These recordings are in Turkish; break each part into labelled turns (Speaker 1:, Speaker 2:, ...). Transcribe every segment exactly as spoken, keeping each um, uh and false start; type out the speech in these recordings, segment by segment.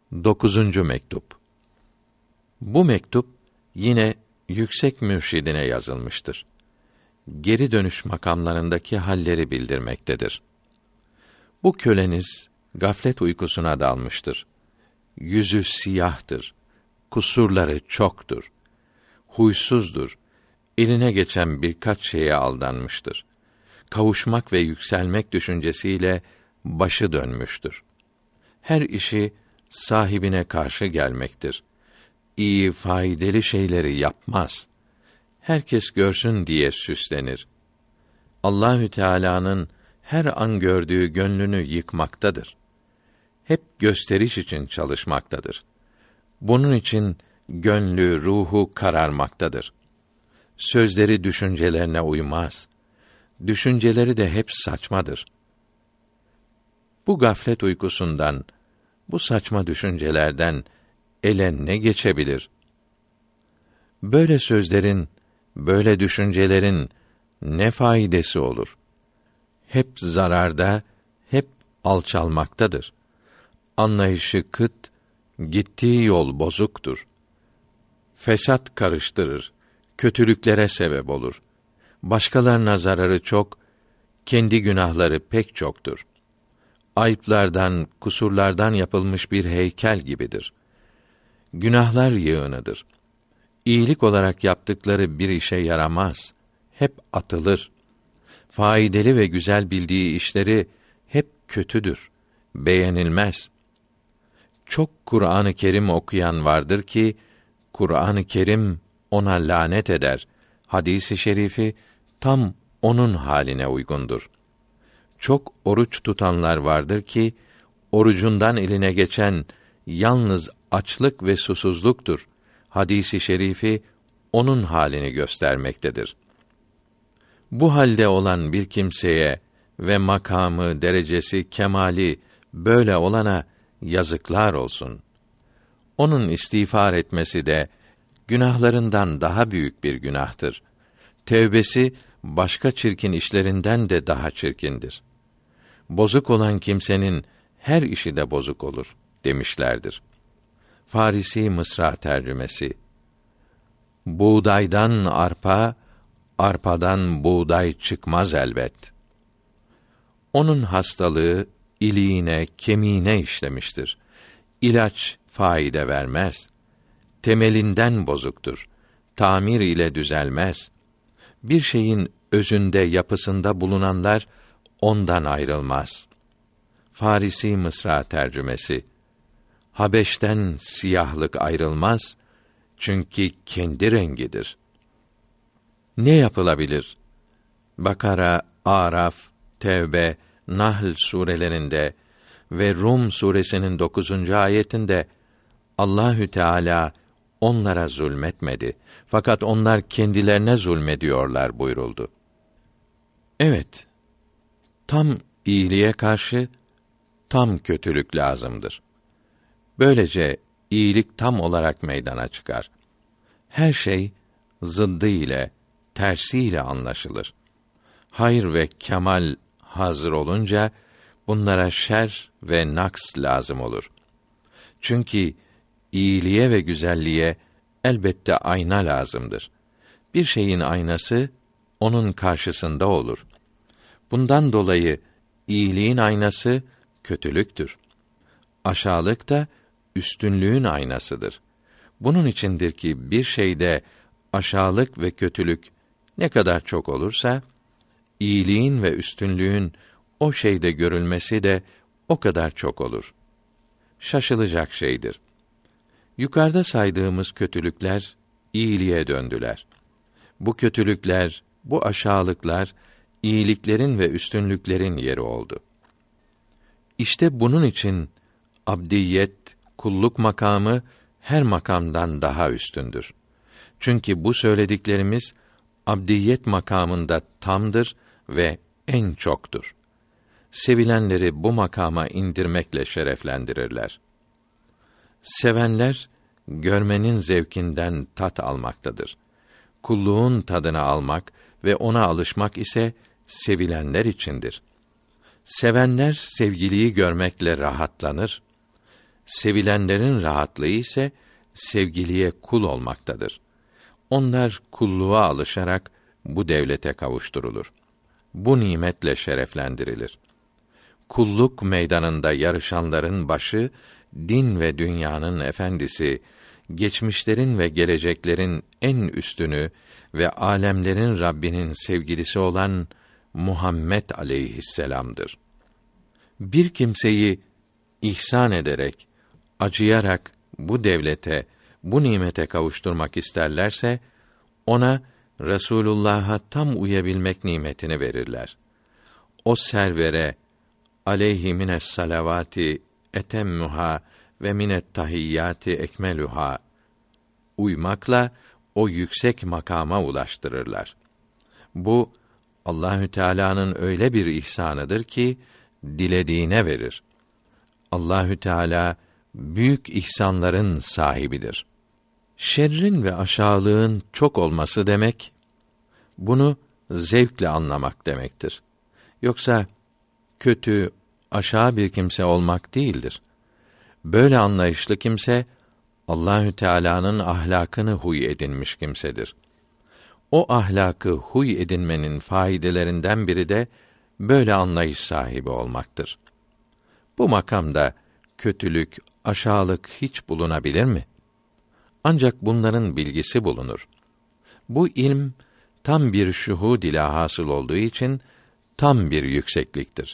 Speaker 1: Dokuzuncu mektup. Bu mektup yine yüksek mürşidine yazılmıştır. Geri dönüş makamlarındaki halleri bildirmektedir. Bu köleniz gaflet uykusuna dalmıştır. Yüzü siyahtır. Kusurları çoktur. Huysuzdur. Eline geçen birkaç şeye aldanmıştır. Kavuşmak ve yükselmek düşüncesiyle başı dönmüştür. Her işi sahibine karşı gelmektir. İyi, faydalı şeyleri yapmaz. Herkes görsün diye süslenir. Allahü Teala'nın her an gördüğü gönlünü yıkmaktadır. Hep gösteriş için çalışmaktadır. Bunun için gönlü, ruhu kararmaktadır. Sözleri düşüncelerine uymaz. Düşünceleri de hep saçmadır. Bu gaflet uykusundan, bu saçma düşüncelerden ele ne geçebilir? Böyle sözlerin, böyle düşüncelerin ne faydası olur? Hep zararda, hep alçalmaktadır. Anlayışı kıt, gittiği yol bozuktur. Fesat karıştırır, kötülüklere sebep olur. Başkalarına zararı çok, kendi günahları pek çoktur. Ayıplardan, kusurlardan yapılmış bir heykel gibidir. Günahlar yığınıdır. İyilik olarak yaptıkları bir işe yaramaz. Hep atılır. Faydalı ve güzel bildiği işleri hep kötüdür. Beğenilmez. Çok Kur'an-ı Kerim okuyan vardır ki, Kur'an-ı Kerim ona lanet eder. Hadis-i şerifi tam onun haline uygundur. Çok oruç tutanlar vardır ki, orucundan eline geçen yalnız açlık ve susuzluktur. Hadis-i şerifi onun halini göstermektedir. Bu halde olan bir kimseye ve makamı, derecesi, kemali böyle olana yazıklar olsun. Onun istiğfar etmesi de günahlarından daha büyük bir günahtır. Tevbesi başka çirkin işlerinden de daha çirkindir. Bozuk olan kimsenin her işi de bozuk olur demişlerdir. Farisi Mısra tercümesi. Buğdaydan arpa, arpadan buğday çıkmaz elbet. Onun hastalığı iliğine, kemiğine işlemiştir. İlaç faide vermez. Temelinden bozuktur. Tamir ile düzelmez. Bir şeyin özünde, yapısında bulunanlar ondan ayrılmaz. Farisi Mısra tercümesi. Habeş'ten siyahlık ayrılmaz, çünkü kendi rengidir. Ne yapılabilir? Bakara, Araf, Tevbe, Nahl surelerinde ve Rum suresinin dokuzuncu ayetinde Allahü Teala onlara zulmetmedi. Fakat onlar kendilerine zulmediyorlar buyuruldu. Evet, tam iyiliğe karşı tam kötülük lazımdır. Böylece iyilik tam olarak meydana çıkar. Her şey zıddı ile, tersi ile anlaşılır. Hayır ve kemal hazır olunca bunlara şer ve naks lazım olur. Çünkü iyiliğe ve güzelliğe elbette ayna lazımdır. Bir şeyin aynası onun karşısında olur. Bundan dolayı iyiliğin aynası kötülüktür. Aşağılık da üstünlüğün aynasıdır. Bunun içindir ki bir şeyde aşağılık ve kötülük ne kadar çok olursa, iyiliğin ve üstünlüğün o şeyde görülmesi de o kadar çok olur. Şaşılacak şeydir. Yukarıda saydığımız kötülükler iyiliğe döndüler. Bu kötülükler, bu aşağılıklar iyiliklerin ve üstünlüklerin yeri oldu. İşte bunun için abdiyet, kulluk makamı her makamdan daha üstündür. Çünkü bu söylediklerimiz abdiyet makamında tamdır ve en çoktur. Sevilenleri bu makama indirmekle şereflendirirler. Sevenler görmenin zevkinden tat almaktadır. Kulluğun tadını almak ve ona alışmak ise sevilenler içindir. Sevenler sevgiliyi görmekle rahatlanır. Sevilenlerin rahatlığı ise sevgiliye kul olmaktadır. Onlar kulluğa alışarak bu devlete kavuşturulur. Bu nimetle şereflendirilir. Kulluk meydanında yarışanların başı, din ve dünyanın efendisi, geçmişlerin ve geleceklerin en üstünü ve âlemlerin Rabbinin sevgilisi olan Muhammed aleyhisselam'dır. Bir kimseyi ihsan ederek, acıyarak bu devlete, bu nimete kavuşturmak isterlerse, ona Resulullah'a tam uyabilmek nimetini verirler. O servere aleyhi mines salavati etemmuha ve minet tahiyyati ekmeluha uymakla o yüksek makama ulaştırırlar. Bu Allahü Teala'nın öyle bir ihsanıdır ki dilediğine verir. Allahü Teala büyük ihsanların sahibidir. Şerrin ve aşağılığın çok olması demek, bunu zevkle anlamak demektir. Yoksa kötü, aşağı bir kimse olmak değildir. Böyle anlayışlı kimse, Allahü Teala'nın ahlakını huy edinmiş kimsedir. O ahlakı huy edinmenin faydelerinden biri de böyle anlayış sahibi olmaktır. Bu makamda kötülük, aşağılık hiç bulunabilir mi? Ancak bunların bilgisi bulunur. Bu ilm tam bir şuhud ile hasıl olduğu için tam bir yüksekliktir.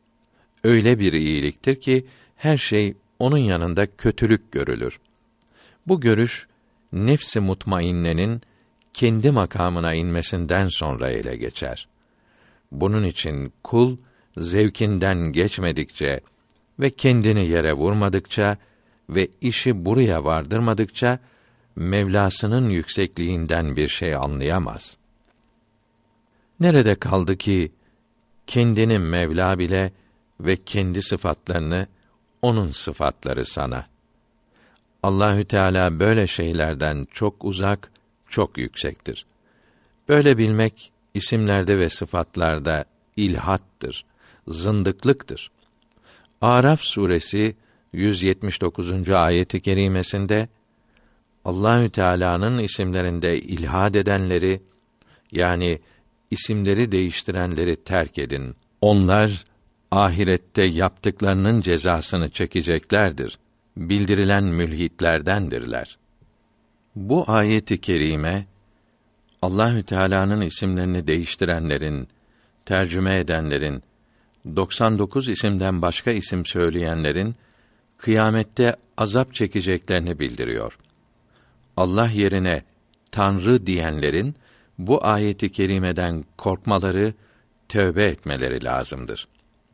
Speaker 1: Öyle bir iyiliktir ki her şey onun yanında kötülük görülür. Bu görüş nefs-i mutmainnenin kendi makamına inmesinden sonra ele geçer. Bunun için kul zevkinden geçmedikçe ve kendini yere vurmadıkça ve işi buraya vardırmadıkça Mevlasının yüksekliğinden bir şey anlayamaz. Nerede kaldı ki kendini Mevla bile ve kendi sıfatlarını onun sıfatları sana. Allahü Teala böyle şeylerden çok uzak, çok yüksektir. Böyle bilmek isimlerde ve sıfatlarda ilhattır, zındıklıktır. Araf suresi yüz yetmiş dokuzuncu ayeti kerimesinde Allahü Teala'nın isimlerinde ilhad edenleri, yani isimleri değiştirenleri terk edin. Onlar ahirette yaptıklarının cezasını çekeceklerdir. Bildirilen mülhitlerdendirler. Bu ayeti kerime Allahü Teala'nın isimlerini değiştirenlerin, tercüme edenlerin, doksan dokuz isimden başka isim söyleyenlerin kıyamette azap çekeceklerini bildiriyor. Allah yerine Tanrı diyenlerin bu ayeti kerimeden korkmaları, tövbe etmeleri lazımdır.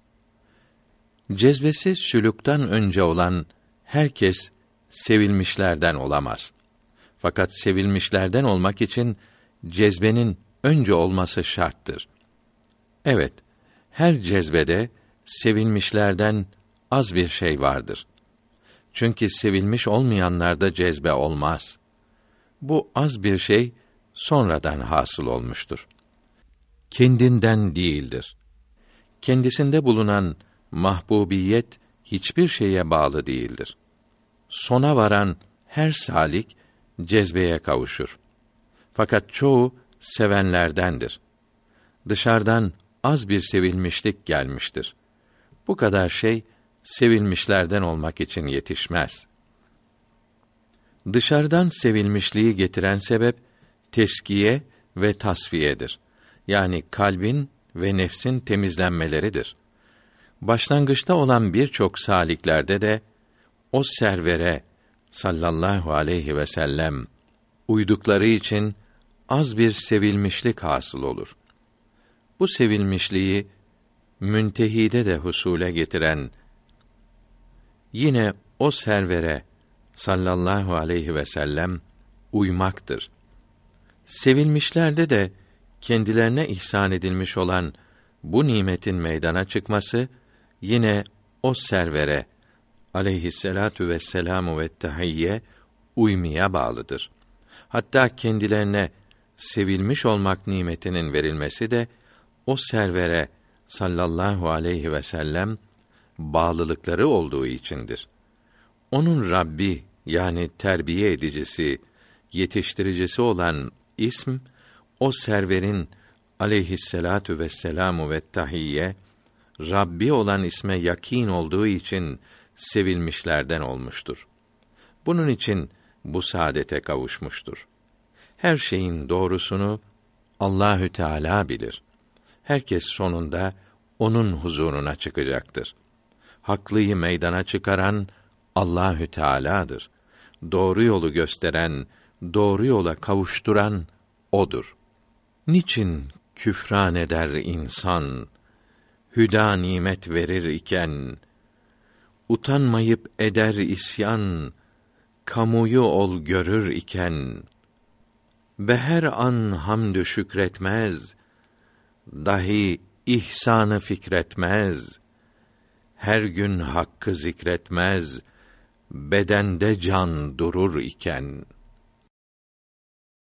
Speaker 1: Cezbesi sülükten önce olan herkes sevilmişlerden olamaz. Fakat sevilmişlerden olmak için cezbenin önce olması şarttır. Evet, her cezbede sevilmişlerden az bir şey vardır. Çünkü sevilmiş olmayanlarda cezbe olmaz. Bu az bir şey sonradan hasıl olmuştur. Kendinden değildir. Kendisinde bulunan mahbubiyet hiçbir şeye bağlı değildir. Sona varan her salik cezbeye kavuşur. Fakat çoğu sevenlerdendir. Dışarıdan az bir sevilmişlik gelmiştir. Bu kadar şey sevilmişlerden olmak için yetişmez. Dışarıdan sevilmişliği getiren sebep teskiye ve tasfiyedir. Yani kalbin ve nefsin temizlenmeleridir. Başlangıçta olan birçok saliklerde de o servere sallallahu aleyhi ve sellem uydukları için az bir sevilmişlik hasıl olur. Bu sevilmişliği müntehide de husule getiren yine o servere sallallahu aleyhi ve sellem uymaktır. Sevilmişlerde de kendilerine ihsan edilmiş olan bu nimetin meydana çıkması yine o servere aleyhisselatu vesselamu ve tehiyye uymaya bağlıdır. Hatta kendilerine sevilmiş olmak nimetinin verilmesi de o servere sallallahu aleyhi ve sellem bağlılıkları olduğu içindir. Onun Rabbi yani terbiye edicisi, yetiştiricisi olan ism, o serverin aleyhisselatu vesselamu ve tahiyye, Rabbi olan isme yakîn olduğu için sevilmişlerden olmuştur. Bunun için bu saadete kavuşmuştur. Her şeyin doğrusunu Allahü Teala bilir. Herkes sonunda onun huzuruna çıkacaktır. Haklıyı meydana çıkaran Allahü Teala'dır. Doğru yolu gösteren, doğru yola kavuşturan odur. Niçin küfran eder insan, hüda nimet verir iken, utanmayıp eder isyan, kamuyu ol görür iken, ve her an hamdü şükretmez, dahi ihsanı fikretmez, her gün hakkı zikretmez, bedende can durur iken.